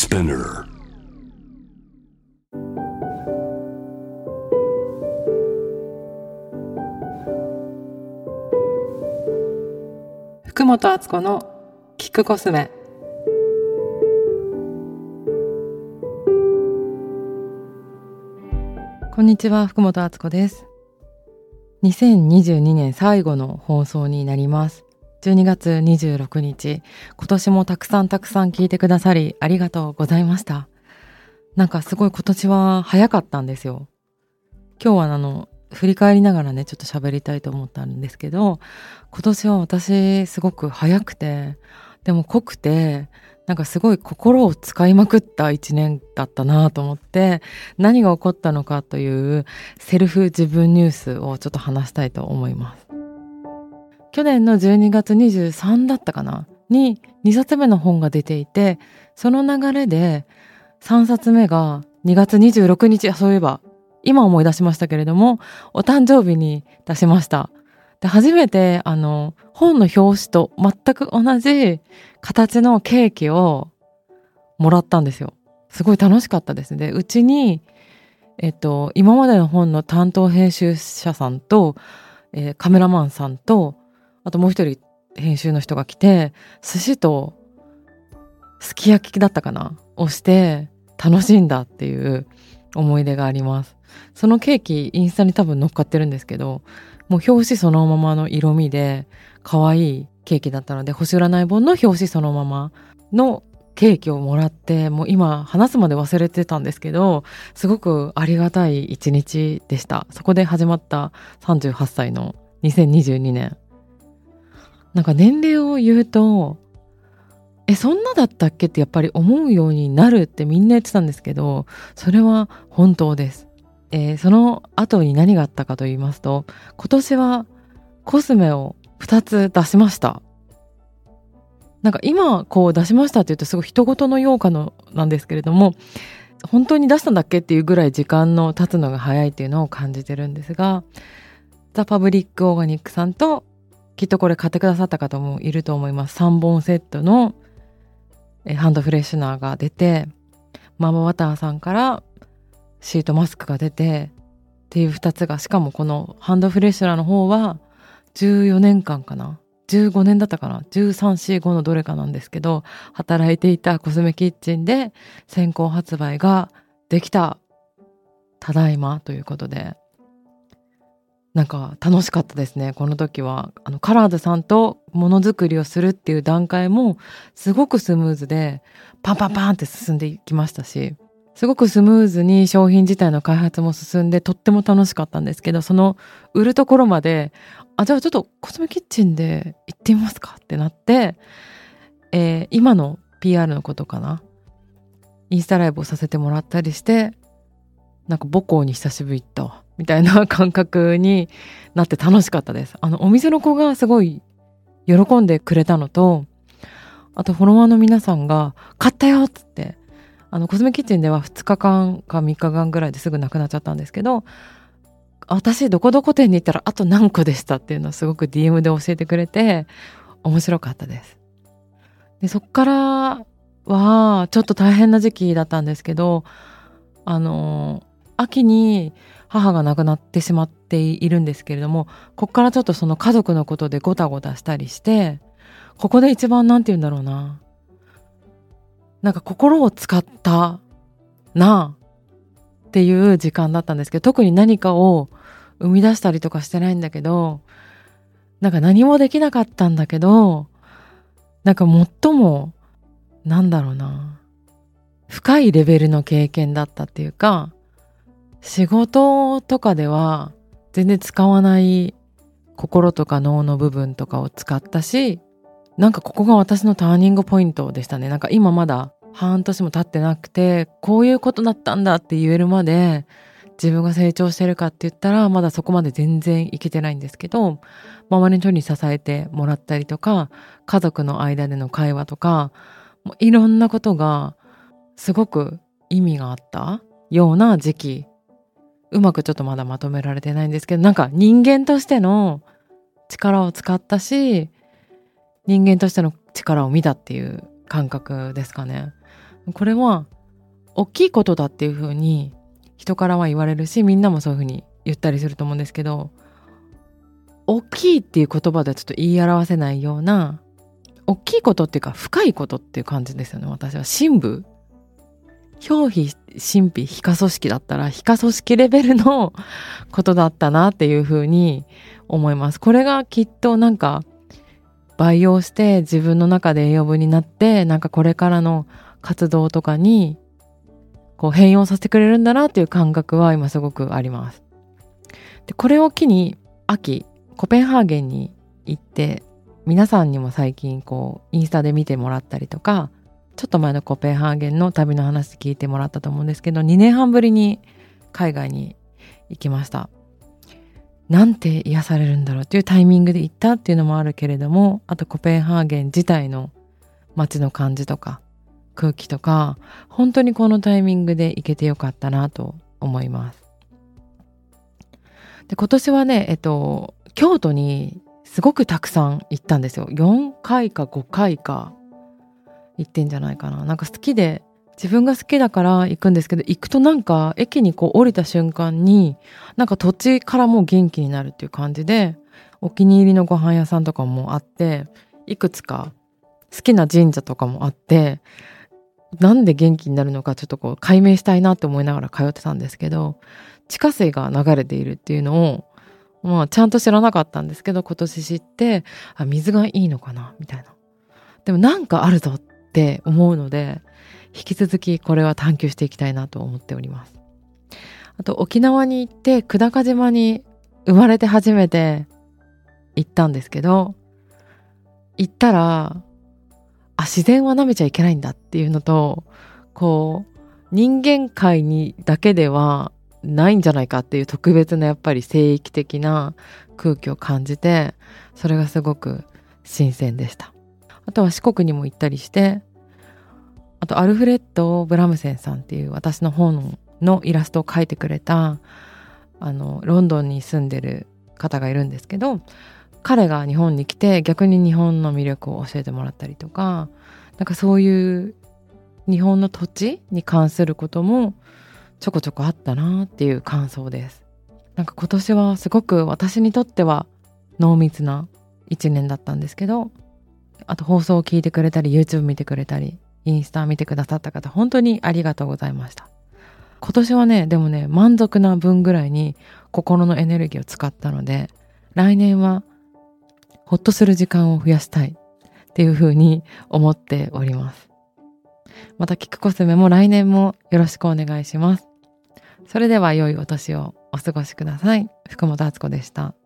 Spinner. 福本敦子の聞くコスメ。こんにちは、福本敦子です。2022年最後の放送になります。12月26日、今年もたくさん聞いてくださりありがとうございました。なんかすごい今年は早かったんですよ。今日は振り返りながらね、ちょっと喋りたいと思ったんですけど、今年は私すごく早くて、でも濃くて、なんかすごい心を使いまくった一年だったなと思って、何が起こったのかというセルフ自分ニュースをちょっと話したいと思います。去年の12月23だったかなに2冊目の本が出ていて、その流れで3冊目が2月26日、そういえば今思い出しましたけれども、お誕生日に出しました。で、初めて本の表紙と全く同じ形のケーキをもらったんですよ。すごい楽しかったですね。で、うちに今までの本の担当編集者さんと、カメラマンさんと、あともう一人編集の人が来て、寿司とすき焼きだったかなをして楽しんだっていう思い出があります。そのケーキインスタに多分乗っかってるんですけど、もう表紙そのままの色味で可愛いケーキだったので、星占い本の表紙そのままのケーキをもらって、もう今話すまで忘れてたんですけど、すごくありがたい一日でした。そこで始まった38歳の2022年。なんか年齢を言うと、そんなだったっけってやっぱり思うようになるってみんな言ってたんですけど、それは本当です。その後に何があったかと言いますと、今年はコスメを2つ出しました。なんか今こう出しましたって言うとすごい人事のようかのなんですけれども、本当に出したんだっけっていうぐらい時間の経つのが早いっていうのを感じてるんですが、ザ・パブリック・オーガニックさんと、きっとこれ買ってくださった方もいると思います。3本セットのハンドフレッシュナーが出て、ママワターさんからシートマスクが出てっていう2つが、しかもこのハンドフレッシュナーの方は14年間かな、15年だったかな、13、4、5のどれかなんですけど、働いていたコスメキッチンで先行発売ができたただいまということで、なんか楽しかったですね。この時はカラーズさんとものづくりをするっていう段階もすごくスムーズでパンパンパンって進んでいきましたし、すごくスムーズに商品自体の開発も進んでとっても楽しかったんですけど、その売るところまでじゃあちょっとコスメキッチンで行ってみますかってなって、今の PR のことかな、インスタライブをさせてもらったりして、なんか母校に久しぶり行ったわみたいな感覚になって楽しかったです。お店の子がすごい喜んでくれたのと、あとフォロワーの皆さんが買ったよっつって、コスメキッチンでは2日間か3日間ぐらいですぐなくなっちゃったんですけど、私どこどこ店に行ったらあと何個でしたっていうのをすごく DM で教えてくれて面白かったです。で、そっからはちょっと大変な時期だったんですけど、秋に母が亡くなってしまっているんですけれども、こっからちょっとその家族のことでゴタゴタしたりして、ここで一番なんて言うんだろうな、なんか心を使ったなっていう時間だったんですけど、特に何かを生み出したりとかしてないんだけど、なんか何もできなかったんだけど、なんか最もなんだろうな、深いレベルの経験だったっていうか、仕事とかでは全然使わない心とか脳の部分とかを使ったし、なんかここが私のターニングポイントでしたね。なんか今まだ半年も経ってなくて、こういうことだったんだって言えるまで自分が成長してるかって言ったらまだそこまで全然いけてないんですけど、周りの人に支えてもらったりとか、家族の間での会話とか、もういろんなことがすごく意味があったような時期。うまくちょっとまだまとめられてないんですけど、なんか人間としての力を使ったし、人間としての力を見たっていう感覚ですかね。 これは大きいことだっていうふうに人からは言われるし、みんなもそういうふうに言ったりすると思うんですけど、大きいっていう言葉ではちょっと言い表せないような、大きいことっていうか深いことっていう感じですよね。私は深部、表皮真皮皮下組織だったら皮下組織レベルのことだったなっていうふうに思います。これがきっとなんか培養して自分の中で栄養分になって、なんかこれからの活動とかにこう変容させてくれるんだなっていう感覚は今すごくあります。で、これを機に秋コペンハーゲンに行って、皆さんにも最近こうインスタで見てもらったりとか、ちょっと前のコペンハーゲンの旅の話聞いてもらったと思うんですけど、2年半ぶりに海外に行きました。なんて癒されるんだろうっていうタイミングで行ったっていうのもあるけれども、あとコペンハーゲン自体の街の感じとか空気とか、本当にこのタイミングで行けてよかったなと思います。で、今年はね、京都にすごくたくさん行ったんですよ。4回か5回か行ってんじゃないかな。なんか好きで、自分が好きだから行くんですけど、行くとなんか駅にこう降りた瞬間になんか土地からもう元気になるっていう感じで、お気に入りのご飯屋さんとかもあって、いくつか好きな神社とかもあって、なんで元気になるのかちょっとこう解明したいなって思いながら通ってたんですけど、地下水が流れているっていうのをまあちゃんと知らなかったんですけど、今年知って、あ、水がいいのかなみたいな。でもなんかあるぞって思うので、引き続きこれは探求していきたいなと思っております。あと沖縄に行って久高島に生まれて初めて行ったんですけど、行ったら、あ、自然は舐めちゃいけないんだっていうのと、こう人間界にだけではないんじゃないかっていう特別なやっぱり聖域的な空気を感じて、それがすごく新鮮でした。あとは四国にも行ったりして、あとアルフレッド・ブラムセンさんっていう私の本のイラストを描いてくれたロンドンに住んでる方がいるんですけど、彼が日本に来て逆に日本の魅力を教えてもらったりとか、なんかそういう日本の土地に関することもちょこちょこあったなっていう感想です。なんか今年はすごく私にとっては濃密な一年だったんですけど、あと放送を聞いてくれたり YouTube 見てくれたりインスタ見てくださった方、本当にありがとうございました。今年はね、でもね、満足な分ぐらいに心のエネルギーを使ったので、来年はほっとする時間を増やしたいっていうふうに思っております。またキクコスメも来年もよろしくお願いします。それでは良いお年をお過ごしください。福本敦子でした。